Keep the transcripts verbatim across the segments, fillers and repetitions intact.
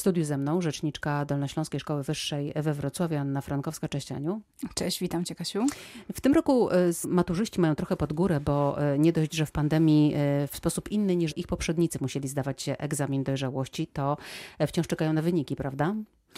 studiu ze mną rzeczniczka Dolnośląskiej Szkoły Wyższej we Wrocławiu, Anna Frankowska. Cześć, Aniu. Cześć, witam Cię, Kasiu. W tym roku maturzyści mają trochę pod górę, bo nie dość, że w pandemii w sposób inny niż ich poprzednicy musieli zdawać egzamin dojrzałości, to wciąż czekają na wyniki, prawda?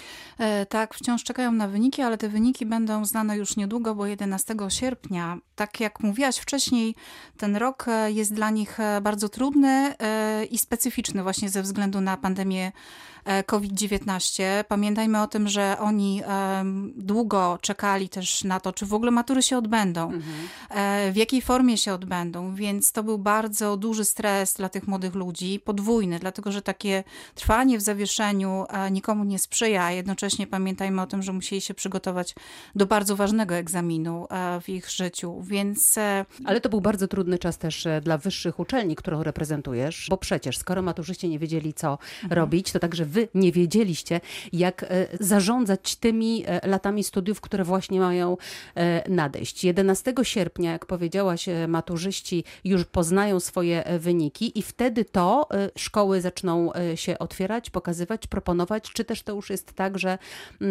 E, tak, wciąż czekają na wyniki, ale te wyniki będą znane już niedługo, bo jedenastego sierpnia. Tak jak mówiłaś wcześniej, ten rok jest dla nich bardzo trudny e, i specyficzny właśnie ze względu na pandemię kowid dziewiętnaście. Pamiętajmy o tym, że oni e, długo czekali też na to, czy w ogóle matury się odbędą, mhm. e, w jakiej formie się odbędą, więc to był bardzo duży stres dla tych młodych ludzi, podwójny, dlatego że takie trwanie w zawieszeniu e, nikomu nie sprzyja, a jednocześnie pamiętajmy o tym, że musieli się przygotować do bardzo ważnego egzaminu e, w ich życiu, więc... E, Ale to był bardzo trudny czas też dla wyższych uczelni, którą reprezentujesz, bo przecież skoro maturzyści nie wiedzieli, co mhm. robić, to także wy nie wiedzieliście, jak zarządzać tymi latami studiów, które właśnie mają nadejść. jedenastego sierpnia, jak powiedziałaś, maturzyści już poznają swoje wyniki i wtedy to szkoły zaczną się otwierać, pokazywać, proponować, czy też to już jest tak, że,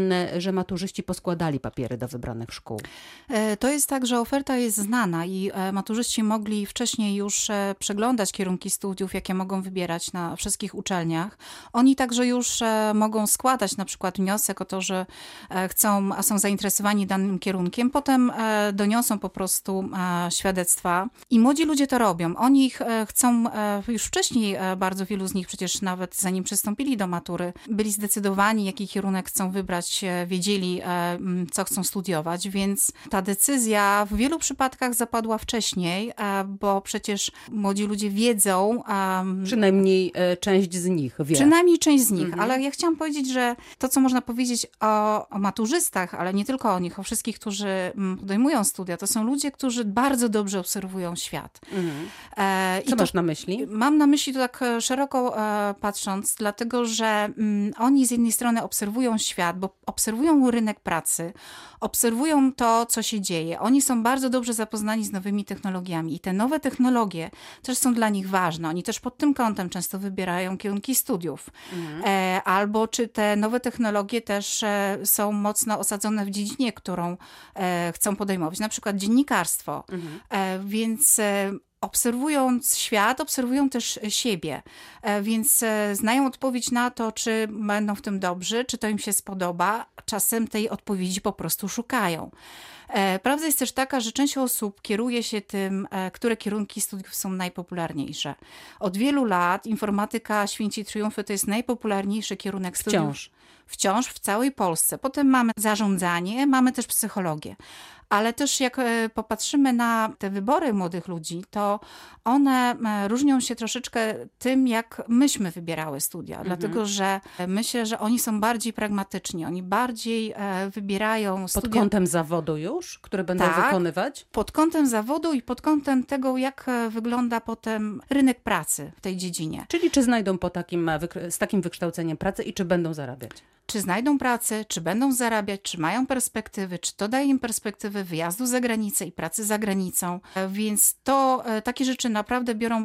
że maturzyści poskładali papiery do wybranych szkół? To jest tak, że oferta jest znana i maturzyści mogli wcześniej już przeglądać kierunki studiów, jakie mogą wybierać na wszystkich uczelniach. Oni także już mogą składać na przykład wniosek o to, że chcą, a są zainteresowani danym kierunkiem. Potem doniosą po prostu świadectwa i młodzi ludzie to robią. Oni chcą już wcześniej, bardzo wielu z nich przecież nawet zanim przystąpili do matury, byli zdecydowani, jaki kierunek chcą wybrać, wiedzieli, co chcą studiować, więc ta decyzja w wielu przypadkach zapadła wcześniej, bo przecież młodzi ludzie wiedzą. Przynajmniej część z nich wie. Przynajmniej część z nich, mhm. ale ja chciałam powiedzieć, że to, co można powiedzieć o, o maturzystach, ale nie tylko o nich, o wszystkich, którzy podejmują studia, to są ludzie, którzy bardzo dobrze obserwują świat. Mhm. E, co masz na myśli? Mam na myśli to tak szeroko e, patrząc, dlatego, że mm, oni z jednej strony obserwują świat, bo obserwują rynek pracy, obserwują to, co się dzieje. Oni są bardzo dobrze zapoznani z nowymi technologiami i te nowe technologie też są dla nich ważne. Oni też pod tym kątem często wybierają kierunki studiów. Mhm. E, albo czy te nowe technologie też e, są mocno osadzone w dziedzinie, którą e, chcą podejmować. Na przykład dziennikarstwo. Mhm. E, więc... E, Obserwując świat, obserwują też siebie, więc znają odpowiedź na to, czy będą w tym dobrzy, czy to im się spodoba. Czasem tej odpowiedzi po prostu szukają. Prawda jest też taka, że część osób kieruje się tym, które kierunki studiów są najpopularniejsze. Od wielu lat informatyka święci triumfy to jest najpopularniejszy kierunek studiów. Wciąż. Wciąż w całej Polsce. Potem mamy zarządzanie, mamy też psychologię. Ale też jak popatrzymy na te wybory młodych ludzi, to one różnią się troszeczkę tym, jak myśmy wybierały studia. Mhm. Dlatego, że myślę, że oni są bardziej pragmatyczni. Oni bardziej wybierają studia... Pod kątem zawodu już, które będą tak, wykonywać? Pod kątem zawodu i pod kątem tego, jak wygląda potem rynek pracy w tej dziedzinie. Czyli czy znajdą po takim, z takim wykształceniem pracę i czy będą zarabiać? Czy znajdą pracę, czy będą zarabiać, czy mają perspektywy, czy to daje im perspektywy wyjazdu za granicę i pracy za granicą. Więc to takie rzeczy naprawdę biorą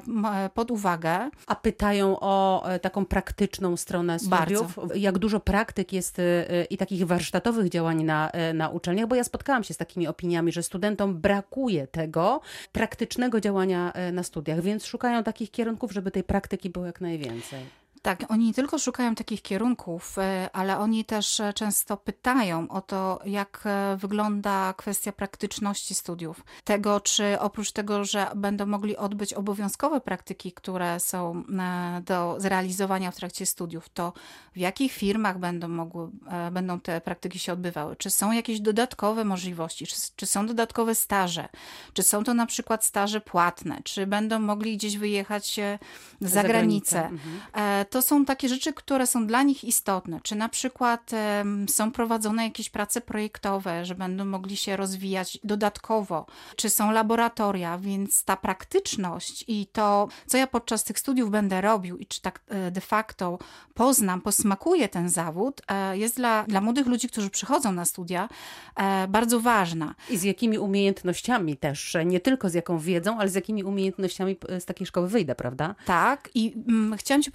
pod uwagę. A pytają o taką praktyczną stronę studiów? Bardzo. Jak dużo praktyk jest i takich warsztatowych działań na, na uczelniach? Bo ja spotkałam się z takimi opiniami, że studentom brakuje tego praktycznego działania na studiach, więc szukają takich kierunków, żeby tej praktyki było jak najwięcej. Tak, oni nie tylko szukają takich kierunków, ale oni też często pytają o to, jak wygląda kwestia praktyczności studiów. Tego, czy oprócz tego, że będą mogli odbyć obowiązkowe praktyki, które są do zrealizowania w trakcie studiów, to w jakich firmach będą mogły, będą te praktyki się odbywały? Czy są jakieś dodatkowe możliwości? Czy, czy są dodatkowe staże? Czy są to na przykład staże płatne? Czy będą mogli gdzieś wyjechać za, za granicę? granicę. Mhm. To są takie rzeczy, które są dla nich istotne. Czy na przykład um, są prowadzone jakieś prace projektowe, że będą mogli się rozwijać dodatkowo. Czy są laboratoria, więc ta praktyczność i to, co ja podczas tych studiów będę robił i czy tak de facto poznam, posmakuję ten zawód, jest dla, dla młodych ludzi, którzy przychodzą na studia, bardzo ważna. I z jakimi umiejętnościami też, nie tylko z jaką wiedzą, ale z jakimi umiejętnościami z takiej szkoły wyjdę, prawda? Tak i mm, chciałam ci powiedzieć, że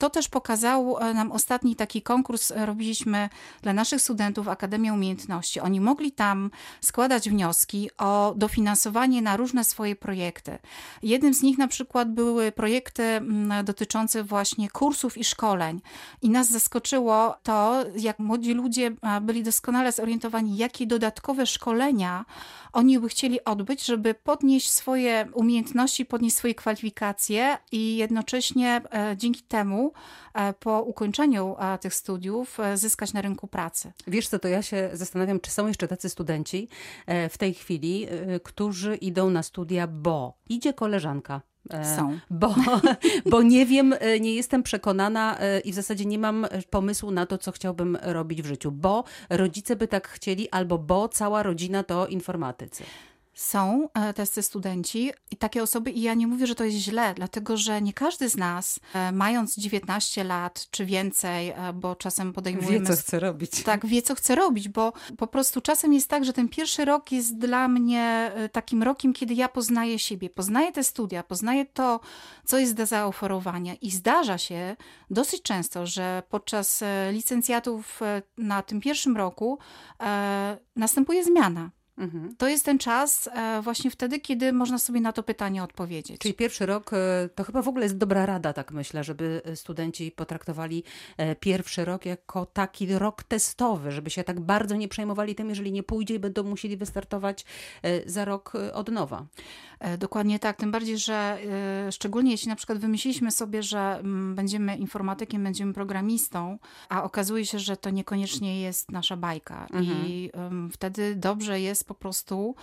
to też pokazał nam ostatni taki konkurs, robiliśmy dla naszych studentów Akademia Umiejętności. Oni mogli tam składać wnioski o dofinansowanie na różne swoje projekty. Jednym z nich na przykład były projekty dotyczące właśnie kursów i szkoleń. I nas zaskoczyło to, jak młodzi ludzie byli doskonale zorientowani, jakie dodatkowe szkolenia oni by chcieli odbyć, żeby podnieść swoje umiejętności, podnieść swoje kwalifikacje i jednocześnie dzięki temu po ukończeniu tych studiów zyskać na rynku pracy. Wiesz co, to ja się zastanawiam, czy są jeszcze tacy studenci w tej chwili, którzy idą na studia, bo idzie koleżanka. Są. Bo, bo nie wiem, nie jestem przekonana i w zasadzie nie mam pomysłu na to, co chciałbym robić w życiu, bo rodzice by tak chcieli, albo bo cała rodzina to informatycy. Są tacy studenci i takie osoby, i ja nie mówię, że to jest źle, dlatego że nie każdy z nas, mając dziewiętnaście lat czy więcej, bo czasem podejmujemy... Wie, co chce robić. Tak, wie, co chce robić, bo po prostu czasem jest tak, że ten pierwszy rok jest dla mnie takim rokiem, kiedy ja poznaję siebie, poznaję te studia, poznaję to, co jest do zaoferowania i zdarza się dosyć często, że podczas licencjatów na tym pierwszym roku e, następuje zmiana. Mhm. To jest ten czas właśnie wtedy, kiedy można sobie na to pytanie odpowiedzieć. Czyli pierwszy rok to chyba w ogóle jest dobra rada, tak myślę, żeby studenci potraktowali pierwszy rok jako taki rok testowy, żeby się tak bardzo nie przejmowali tym, jeżeli nie pójdzie i będą musieli wystartować za rok od nowa. Dokładnie tak, tym bardziej, że szczególnie jeśli na przykład wymyśliliśmy sobie, że będziemy informatykiem, będziemy programistą, a okazuje się, że to niekoniecznie jest nasza bajka. Mhm. I wtedy dobrze jest po prostu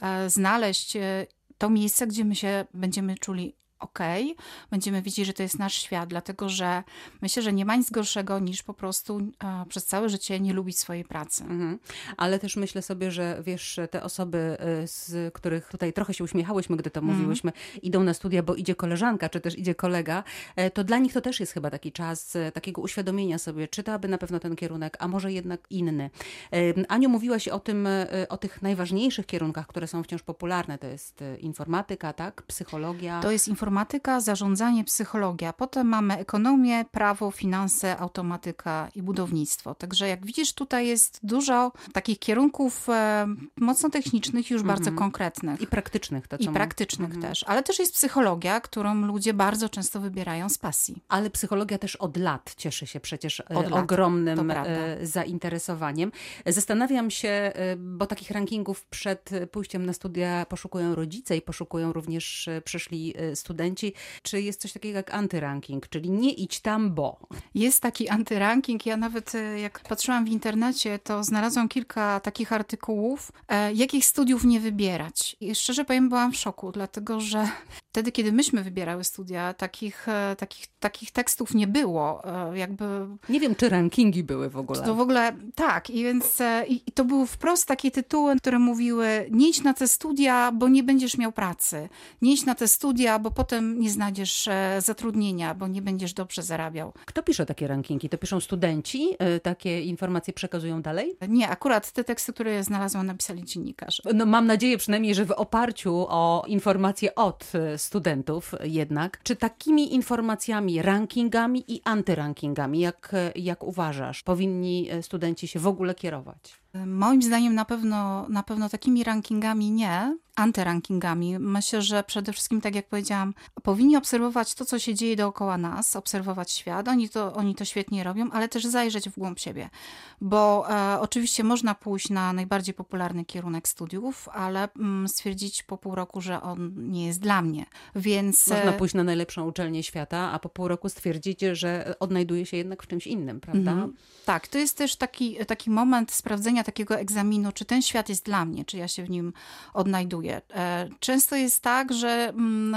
znaleźć to miejsce, gdzie my się będziemy czuli okej, okay. Będziemy widzieć, że to jest nasz świat, dlatego że myślę, że nie ma nic gorszego niż po prostu a, przez całe życie nie lubić swojej pracy. Mhm. Ale też myślę sobie, że wiesz, te osoby, z których tutaj trochę się uśmiechałyśmy, gdy to mhm. mówiłyśmy, idą na studia, bo idzie koleżanka, czy też idzie kolega, to dla nich to też jest chyba taki czas takiego uświadomienia sobie, czy to aby na pewno ten kierunek, a może jednak inny. Aniu, mówiłaś o tym, o tych najważniejszych kierunkach, które są wciąż popularne. To jest informatyka, tak? Psychologia. To jest informatyka. Informatyka, zarządzanie, psychologia. Potem mamy ekonomię, prawo, finanse, automatyka i budownictwo. Także jak widzisz, tutaj jest dużo takich kierunków e, mocno technicznych, już mm-hmm. bardzo konkretnych. I praktycznych. To, co I ma... praktycznych mm-hmm. też. Ale też jest psychologia, którą ludzie bardzo często wybierają z pasji. Ale psychologia też od lat cieszy się przecież od ogromnym lat, zainteresowaniem. Zastanawiam się, bo takich rankingów przed pójściem na studia poszukują rodzice i poszukują również przyszli studenci. Czy jest coś takiego jak antyranking, czyli nie idź tam, bo... Jest taki antyranking. Ja nawet jak patrzyłam w internecie, to znalazłam kilka takich artykułów, e, jakich studiów nie wybierać. I szczerze powiem, byłam w szoku, dlatego że wtedy, kiedy myśmy wybierały studia, takich, e, takich, takich tekstów nie było. E, jakby... Nie wiem, czy rankingi były w ogóle. To w ogóle tak. I więc e, i to były wprost takie tytuły, które mówiły: nie idź na te studia, bo nie będziesz miał pracy. Nie idź na te studia, bo potem nie znajdziesz zatrudnienia, bo nie będziesz dobrze zarabiał. Kto pisze takie rankingi? To piszą studenci? Takie informacje przekazują dalej? Nie, akurat te teksty, które ja znalazłam, napisali dziennikarze. No mam nadzieję przynajmniej, że w oparciu o informacje od studentów jednak. Czy takimi informacjami, rankingami i antyrankingami, jak, jak uważasz, powinni studenci się w ogóle kierować? Moim zdaniem na pewno, na pewno takimi rankingami nie, antyrankingami. Myślę, że przede wszystkim, tak jak powiedziałam, powinni obserwować to, co się dzieje dookoła nas, obserwować świat. Oni to, oni to świetnie robią, ale też zajrzeć w głąb siebie. Bo e, oczywiście można pójść na najbardziej popularny kierunek studiów, ale mm, stwierdzić po pół roku, że on nie jest dla mnie. Więc można pójść na najlepszą uczelnię świata, a po pół roku stwierdzić, że odnajduje się jednak w czymś innym, prawda? Mm-hmm. Tak, to jest też taki, taki moment sprawdzenia takiego egzaminu, czy ten świat jest dla mnie, czy ja się w nim odnajduję. Często jest tak, że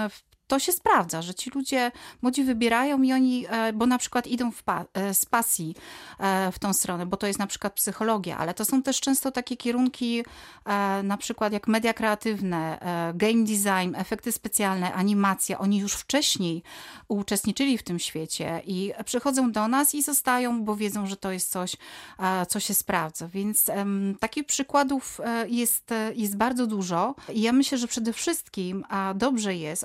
to się sprawdza, że ci ludzie młodzi wybierają i oni, bo na przykład idą w pa- z pasji w tą stronę, bo to jest na przykład psychologia, ale to są też często takie kierunki na przykład jak media kreatywne, game design, efekty specjalne, animacja. Oni już wcześniej uczestniczyli w tym świecie i przychodzą do nas i zostają, bo wiedzą, że to jest coś, co się sprawdza. Więc um, takich przykładów jest, jest bardzo dużo i ja myślę, że przede wszystkim dobrze jest, oprócz tego,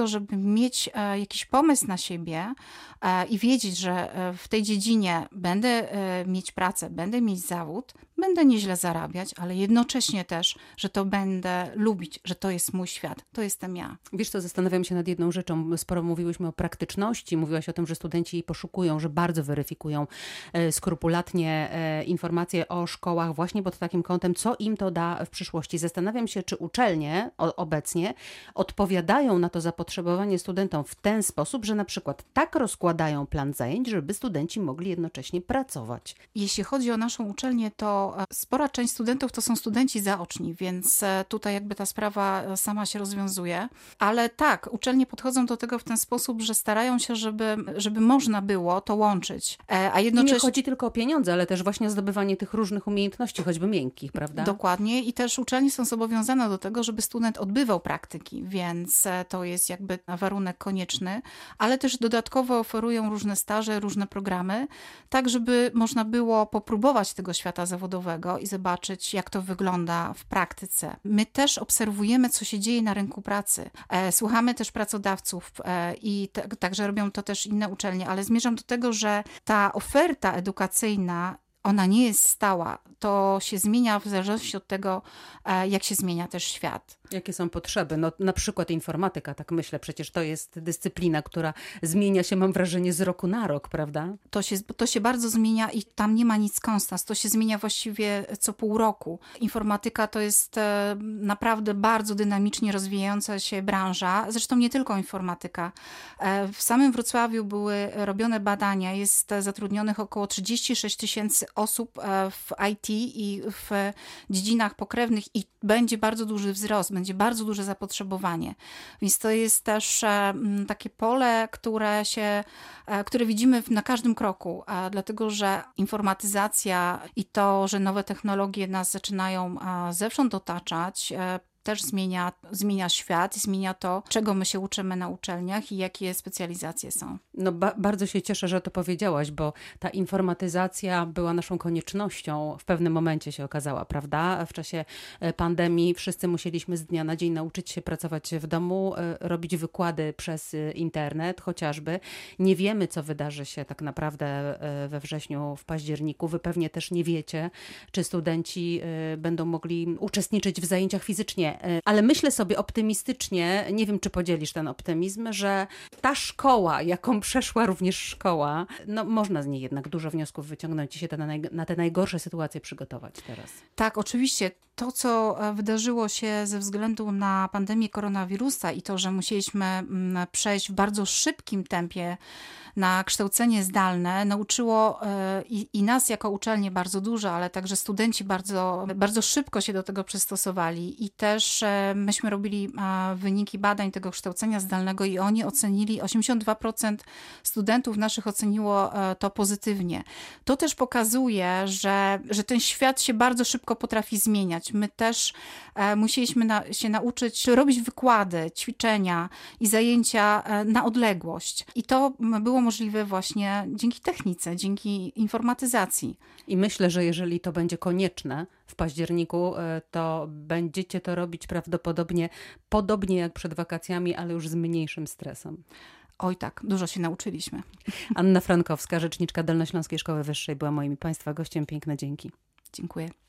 tego, żeby mieć e, jakiś pomysł na siebie e, i wiedzieć, że e, w tej dziedzinie będę e, mieć pracę, będę mieć zawód, będę nieźle zarabiać, ale jednocześnie też, że to będę lubić, że to jest mój świat, to jestem ja. Wiesz co, zastanawiam się nad jedną rzeczą. Sporo mówiłyśmy o praktyczności, mówiłaś o tym, że studenci jej poszukują, że bardzo weryfikują e, skrupulatnie e, informacje o szkołach właśnie pod takim kątem, co im to da w przyszłości. Zastanawiam się, czy uczelnie o, obecnie odpowiadają na to zapotrzebowanie studentom w ten sposób, że na przykład tak rozkładają plan zajęć, żeby studenci mogli jednocześnie pracować. Jeśli chodzi o naszą uczelnię, to spora część studentów to są studenci zaoczni, więc tutaj jakby ta sprawa sama się rozwiązuje. Ale tak, uczelnie podchodzą do tego w ten sposób, że starają się, żeby, żeby można było to łączyć. A jednocześnie... Nie chodzi tylko o pieniądze, ale też właśnie o zdobywanie tych różnych umiejętności, choćby miękkich, prawda? Dokładnie. I też uczelnie są zobowiązane do tego, żeby student odbywał praktyki, więc to jest jakby warunek konieczny, ale też dodatkowo oferują różne staże, różne programy, tak żeby można było popróbować tego świata zawodowego i zobaczyć, jak to wygląda w praktyce. My też obserwujemy, co się dzieje na rynku pracy. Słuchamy też pracodawców i te, także robią to też inne uczelnie, ale zmierzam do tego, że ta oferta edukacyjna, ona nie jest stała. To się zmienia w zależności od tego, jak się zmienia też świat. Jakie są potrzeby? No, na przykład informatyka, tak myślę, przecież to jest dyscyplina, która zmienia się, mam wrażenie, z roku na rok, prawda? To się, to się bardzo zmienia i tam nie ma nic konstans. To się zmienia właściwie co pół roku. Informatyka to jest e, naprawdę bardzo dynamicznie rozwijająca się branża. Zresztą nie tylko informatyka. E, w samym Wrocławiu były robione badania. Jest zatrudnionych około trzydzieści sześć tysięcy osób e, w I T i w dziedzinach pokrewnych i będzie bardzo duży wzrost, będzie bardzo duże zapotrzebowanie. Więc to jest też e, takie pole, które się, e, które widzimy na każdym kroku, a dlatego, że informatyzacja i to, że nowe technologie nas zaczynają e, zewsząd otaczać, e, też zmienia, zmienia świat, zmienia to, czego my się uczymy na uczelniach i jakie specjalizacje są. No ba- bardzo się cieszę, że to powiedziałaś, bo ta informatyzacja była naszą koniecznością, w pewnym momencie się okazała, prawda? W czasie pandemii wszyscy musieliśmy z dnia na dzień nauczyć się pracować w domu, robić wykłady przez internet chociażby. Nie wiemy, co wydarzy się tak naprawdę we wrześniu, w październiku. Wy pewnie też nie wiecie, czy studenci będą mogli uczestniczyć w zajęciach fizycznie. Ale myślę sobie optymistycznie, nie wiem, czy podzielisz ten optymizm, że ta szkoła, jaką przeszła również szkoła, no można z niej jednak dużo wniosków wyciągnąć i się te, na, naj, na te najgorsze sytuacje przygotować teraz. Tak, oczywiście. To, co wydarzyło się ze względu na pandemię koronawirusa i to, że musieliśmy przejść w bardzo szybkim tempie na kształcenie zdalne, nauczyło i, i nas jako uczelnie bardzo dużo, ale także studenci bardzo, bardzo szybko się do tego przystosowali i też myśmy robili wyniki badań tego kształcenia zdalnego i oni ocenili, osiemdziesiąt dwa procent studentów naszych oceniło to pozytywnie. To też pokazuje, że, że ten świat się bardzo szybko potrafi zmieniać. My też musieliśmy na, się nauczyć robić wykłady, ćwiczenia i zajęcia na odległość. I to było możliwe właśnie dzięki technice, dzięki informatyzacji. I myślę, że jeżeli to będzie konieczne w październiku, to będziecie to robić prawdopodobnie podobnie jak przed wakacjami, ale już z mniejszym stresem. Oj tak, dużo się nauczyliśmy. Anna Frankowska, rzeczniczka Dolnośląskiej Szkoły Wyższej, była moim i Państwa gościem. Piękne dzięki. Dziękuję.